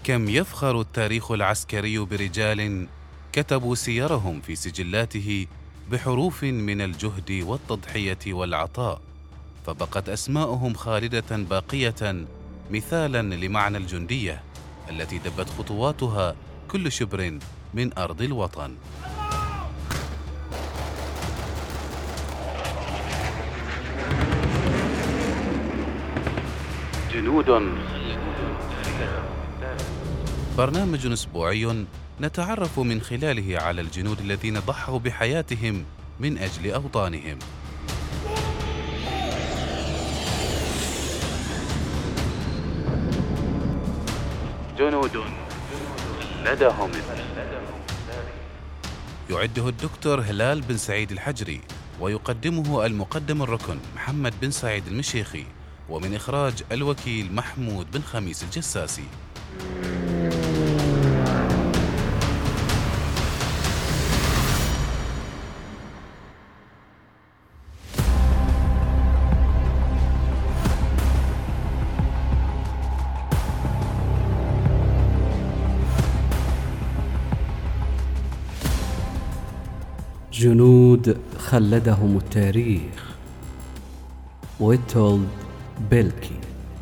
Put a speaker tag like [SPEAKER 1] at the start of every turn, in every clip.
[SPEAKER 1] كم يفخر التاريخ العسكري برجال كتبوا سيرهم في سجلاته بحروف من الجهد والتضحية والعطاء، فبقت أسماؤهم خالدة باقية مثالا لمعنى الجندية التي دبت خطواتها كل شبر من أرض الوطن. جنود، برنامج أسبوعي نتعرف من خلاله على الجنود الذين ضحوا بحياتهم من أجل أوطانهم. جنود لدهم يعده الدكتور هلال بن سعيد الحجري، ويقدمه المقدم الركن محمد بن سعيد المشيخي، ومن إخراج الوكيل محمود بن خميس الجساسي.
[SPEAKER 2] جنود خلدهم التاريخ. ويتولد بيلكي.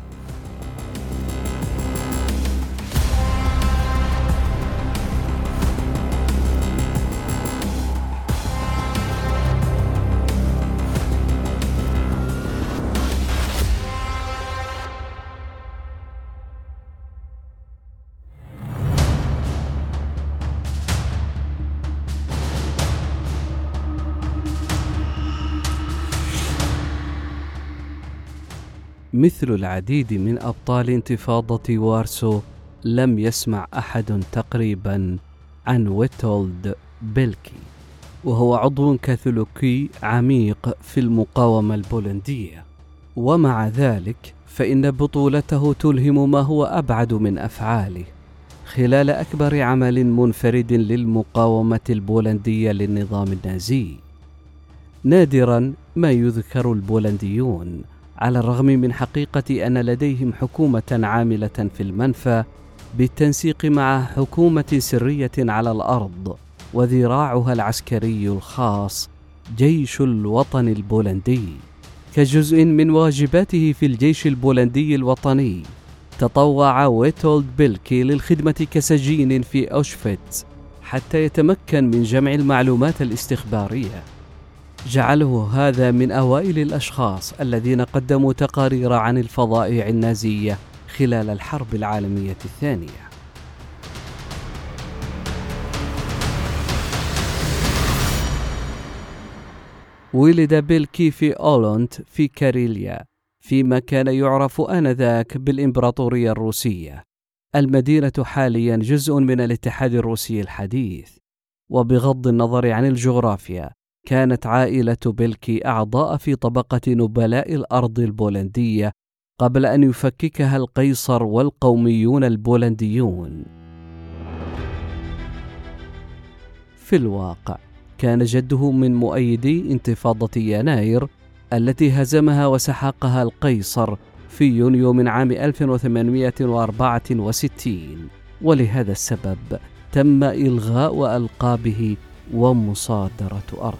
[SPEAKER 2] مثل العديد من أبطال انتفاضة وارسو، لم يسمع أحد تقريبا عن ويتولد بيلكي، وهو عضو كاثوليكي عميق في المقاومة البولندية. ومع ذلك فإن بطولته تلهم ما هو أبعد من أفعاله خلال أكبر عمل منفرد للمقاومة البولندية للنظام النازي. نادرا ما يذكر البولنديون، على الرغم من حقيقة أن لديهم حكومة عاملة في المنفى بالتنسيق مع حكومة سرية على الأرض، وذراعها العسكري الخاص جيش الوطن البولندي. كجزء من واجباته في الجيش البولندي الوطني، تطوع ويتولد بيلكي للخدمة كسجين في أوشفيتس حتى يتمكن من جمع المعلومات الاستخبارية. جعله هذا من أوائل الأشخاص الذين قدموا تقارير عن الفظائع النازية خلال الحرب العالمية الثانية. ولد بيلكي في أولوند في كاريليا، فيما كان يعرف آنذاك بالإمبراطورية الروسية. المدينة حاليا جزء من الاتحاد الروسي الحديث. وبغض النظر عن الجغرافيا، كانت عائلة بيلكي أعضاء في طبقة نبلاء الأرض البولندية قبل أن يفككها القيصر والقوميون البولنديون. في الواقع كان جده من مؤيدي انتفاضة يناير التي هزمها وسحقها القيصر في يونيو من عام 1864، ولهذا السبب تم إلغاء ألقابه ومصادرة أرضه.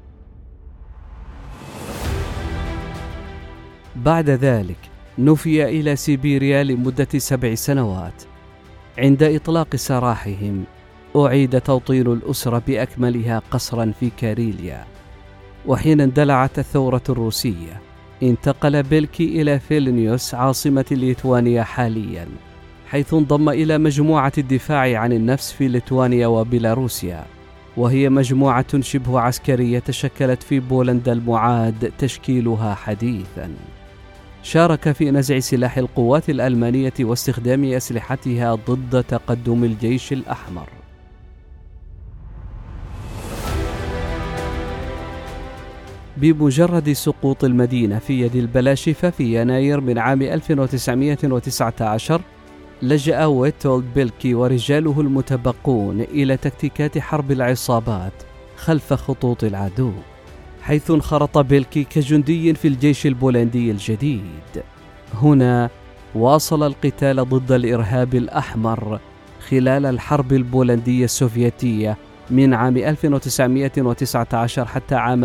[SPEAKER 2] بعد ذلك نفي إلى سيبيريا لمدة 7 سنوات. عند إطلاق سراحهم أعيد توطين الأسرة بأكملها قصرا في كاريليا. وحين اندلعت الثورة الروسية، انتقل بيلكي إلى فيلنيوس عاصمة ليتوانيا حاليا، حيث انضم إلى مجموعة الدفاع عن النفس في ليتوانيا وبيلاروسيا، وهي مجموعة شبه عسكرية تشكلت في بولندا المعاد تشكيلها حديثا. شارك في نزع سلاح القوات الألمانية واستخدام أسلحتها ضد تقدم الجيش الأحمر. بمجرد سقوط المدينة في يد البلاشفة في يناير من عام 1919، لجأ ويتولد بيلكي ورجاله المتبقون إلى تكتيكات حرب العصابات خلف خطوط العدو، حيث انخرط بيلكي كجندي في الجيش البولندي الجديد. هنا واصل القتال ضد الإرهاب الأحمر خلال الحرب البولندية السوفيتية من عام 1919 حتى عام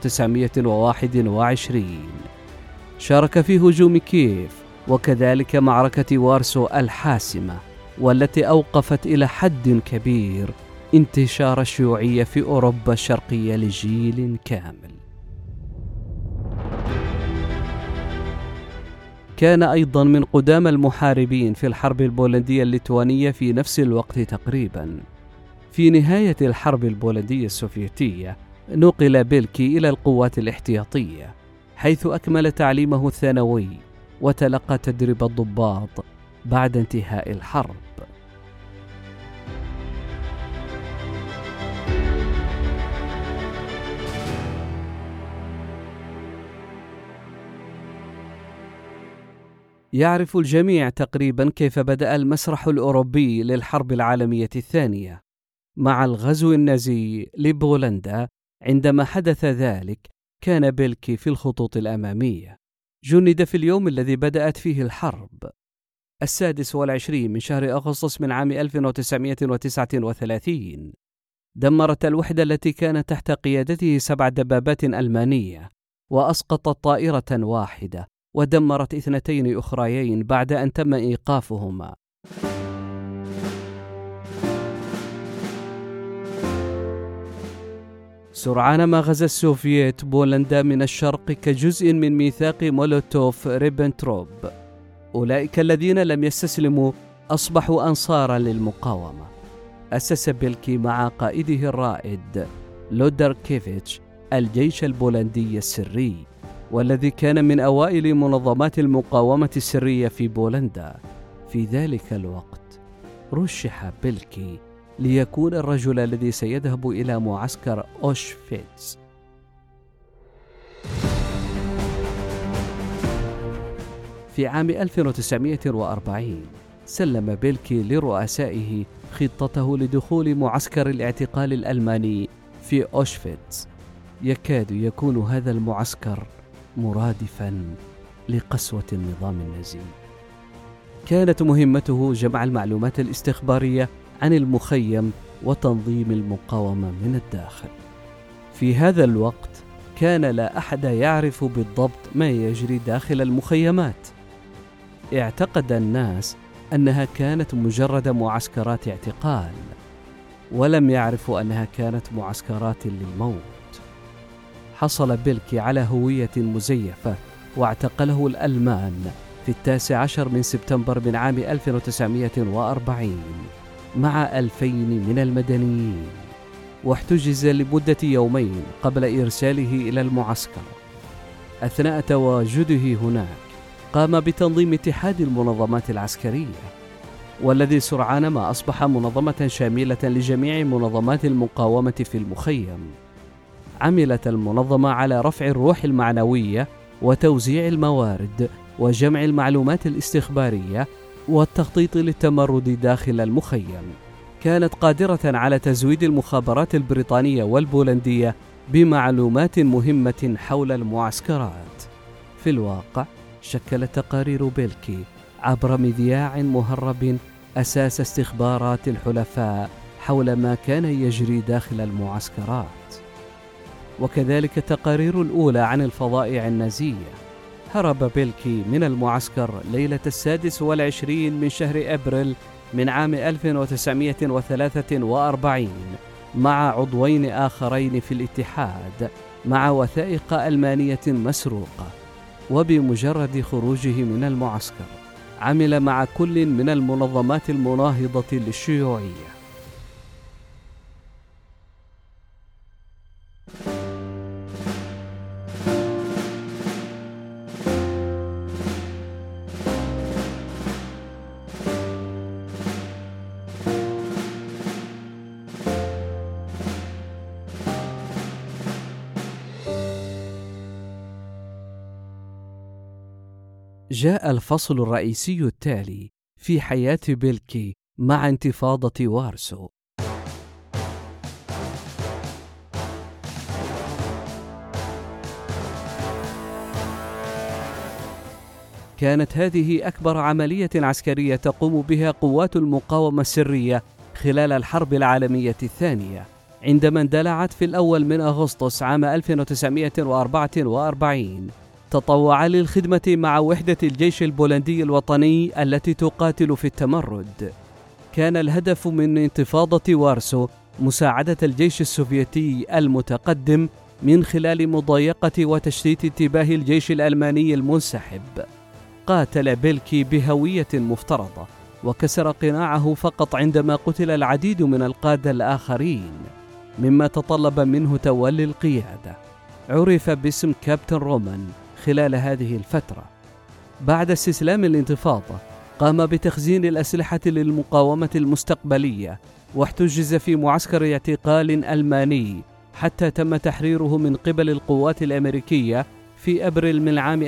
[SPEAKER 2] 1921. شارك في هجوم كييف وكذلك معركة وارسو الحاسمة، والتي أوقفت إلى حد كبير انتشار الشيوعية في أوروبا الشرقية لجيل كامل. كان أيضا من قدام المحاربين في الحرب البولندية الليتوانية في نفس الوقت تقريبا. في نهاية الحرب البولندية السوفيتية نقل بيلكي إلى القوات الاحتياطية، حيث أكمل تعليمه الثانوي وتلقى تدريب الضباط بعد انتهاء الحرب. يعرف الجميع تقريبا كيف بدأ المسرح الأوروبي للحرب العالمية الثانية مع الغزو النازي لبولندا. عندما حدث ذلك كان بيلكي في الخطوط الأمامية. جند في اليوم الذي بدأت فيه الحرب 26 من شهر أغسطس من عام 1939. دمرت الوحدة التي كانت تحت قيادته 7 دبابات ألمانية، وأسقطت طائرة واحدة ودمرت 2 أخريين بعد أن تم إيقافهما. سرعان ما غزا السوفييت بولندا من الشرق كجزء من ميثاق مولوتوف ريبنتروب. أولئك الذين لم يستسلموا أصبحوا أنصارا للمقاومة. أسس بيلكي مع قائده الرائد لودركيفيتش الجيش البولندي السري، والذي كان من أوائل منظمات المقاومة السرية في بولندا. في ذلك الوقت رشح بيلكي ليكون الرجل الذي سيذهب إلى معسكر أوشفيتس. في عام 1940 سلم بيلكي لرؤسائه خطته لدخول معسكر الاعتقال الألماني في أوشفيتس. يكاد يكون هذا المعسكر مرادفا لقسوة النظام النازي. كانت مهمته جمع المعلومات الاستخبارية عن المخيم وتنظيم المقاومة من الداخل. في هذا الوقت كان لا أحد يعرف بالضبط ما يجري داخل المخيمات. اعتقد الناس أنها كانت مجرد معسكرات اعتقال، ولم يعرفوا أنها كانت معسكرات للموت. حصل بيلكي على هوية مزيفة واعتقله الألمان في 19 من سبتمبر من عام 1940 مع 2000 من المدنيين، واحتجز لمدة يومين قبل إرساله إلى المعسكر. أثناء تواجده هناك قام بتنظيم اتحاد المنظمات العسكرية، والذي سرعان ما أصبح منظمة شاملة لجميع منظمات المقاومة في المخيم. عملت المنظمة على رفع الروح المعنوية وتوزيع الموارد وجمع المعلومات الاستخبارية والتخطيط للتمرد داخل المخيم. كانت قادرة على تزويد المخابرات البريطانية والبولندية بمعلومات مهمة حول المعسكرات. في الواقع شكلت تقارير بيلكي عبر مذياع مهرب أساس استخبارات الحلفاء حول ما كان يجري داخل المعسكرات، وكذلك التقارير الأولى عن الفظائع النازية. هرب بيلكي من المعسكر ليلة 26 من شهر أبريل من عام 1943 مع عضوين آخرين في الاتحاد مع وثائق ألمانية مسروقة. وبمجرد خروجه من المعسكر عمل مع كل من المنظمات المناهضة للشيوعية. جاء الفصل الرئيسي التالي في حياة بيلكي مع انتفاضة وارسو. كانت هذه أكبر عملية عسكرية تقوم بها قوات المقاومة السرية خلال الحرب العالمية الثانية، عندما اندلعت في الأول من أغسطس عام 1944 تطوع للخدمة مع وحدة الجيش البولندي الوطني التي تقاتل في التمرد. كان الهدف من انتفاضة وارسو مساعدة الجيش السوفيتي المتقدم من خلال مضايقة وتشتيت انتباه الجيش الألماني المنسحب. قاتل بيلكي بهوية مفترضة، وكسر قناعه فقط عندما قتل العديد من القادة الآخرين، مما تطلب منه تولي القيادة. عرف باسم كابتن رومان خلال هذه الفترة. بعد استسلام الانتفاضة قام بتخزين الأسلحة للمقاومة المستقبلية، واحتجز في معسكر اعتقال ألماني حتى تم تحريره من قبل القوات الأمريكية في أبريل من عام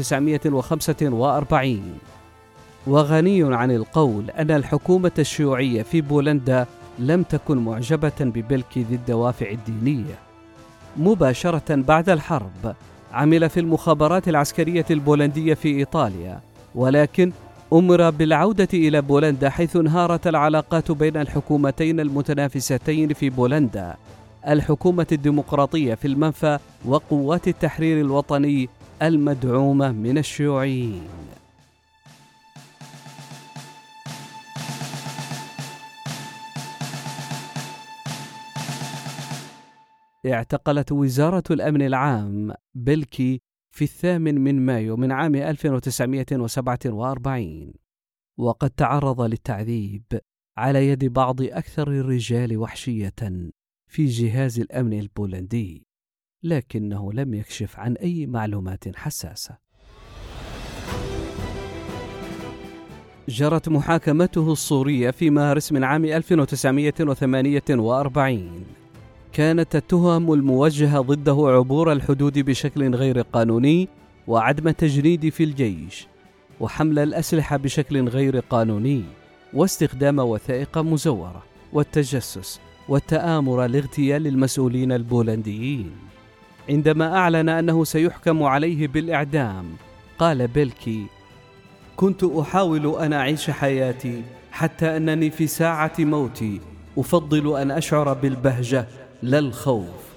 [SPEAKER 2] 1945. وغني عن القول أن الحكومة الشيوعية في بولندا لم تكن معجبة ببيلكي ذي الدوافع الدينية. مباشرة بعد الحرب عمل في المخابرات العسكرية البولندية في إيطاليا، ولكن أمر بالعودة إلى بولندا حيث انهارت العلاقات بين الحكومتين المتنافستين في بولندا، الحكومة الديمقراطية في المنفى وقوات التحرير الوطني المدعومة من الشيوعيين. اعتقلت وزارة الأمن العام بيلكي في 8 مايو من عام 1947، وقد تعرض للتعذيب على يد بعض أكثر الرجال وحشية في جهاز الأمن البولندي، لكنه لم يكشف عن أي معلومات حساسة. جرت محاكمته الصورية في مارس من عام 1948. كانت التهم الموجهة ضده عبور الحدود بشكل غير قانوني، وعدم التجنيد في الجيش، وحمل الأسلحة بشكل غير قانوني، واستخدام وثائق مزورة، والتجسس، والتآمر لاغتيال المسؤولين البولنديين. عندما أعلن أنه سيحكم عليه بالإعدام قال بيلكي: كنت أحاول أن أعيش حياتي حتى أنني في ساعة موتي أفضل أن أشعر بالبهجة لا الخوف.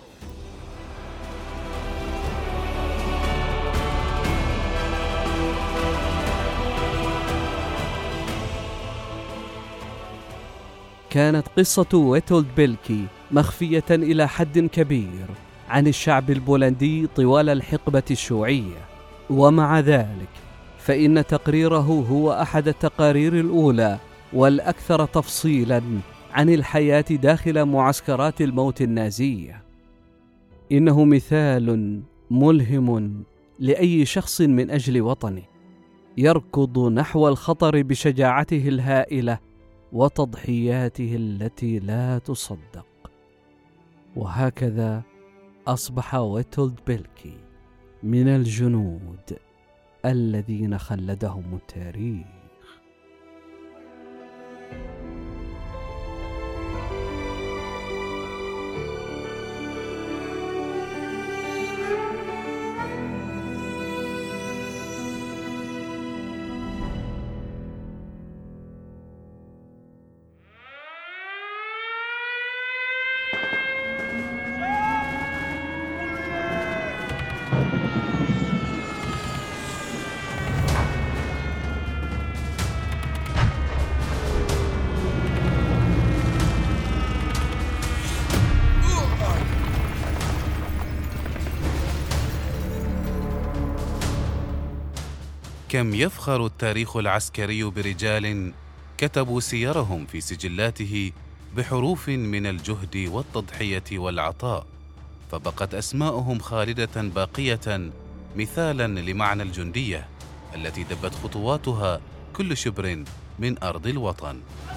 [SPEAKER 2] كانت قصة ويتولد بيلكي مخفية إلى حد كبير عن الشعب البولندي طوال الحقبة الشيوعية، ومع ذلك فإن تقريره هو أحد التقارير الأولى والأكثر تفصيلاً عن الحياة داخل معسكرات الموت النازية. إنه مثال ملهم لأي شخص من أجل وطنه يركض نحو الخطر بشجاعته الهائلة وتضحياته التي لا تصدق. وهكذا أصبح ويتولد بيلكي من الجنود الذين خلدهم التاريخ.
[SPEAKER 1] كم يفخر التاريخ العسكري برجال كتبوا سيرهم في سجلاته بحروف من الجهد والتضحية والعطاء، فبقت أسماؤهم خالدة باقية مثالا لمعنى الجندية التي دبت خطواتها كل شبر من أرض الوطن.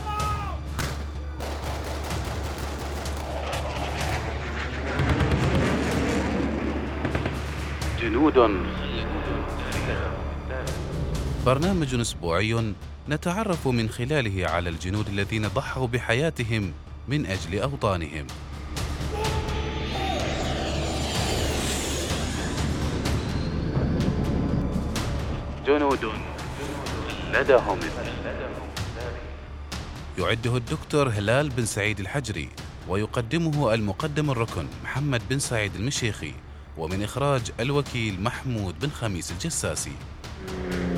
[SPEAKER 1] جنود، برنامج أسبوعي نتعرف من خلاله على الجنود الذين ضحوا بحياتهم من أجل أوطانهم. جنود لدهم يعده الدكتور هلال بن سعيد الحجري، ويقدمه المقدم الركن محمد بن سعيد المشيخي، ومن إخراج الوكيل محمود بن خميس الجساسي.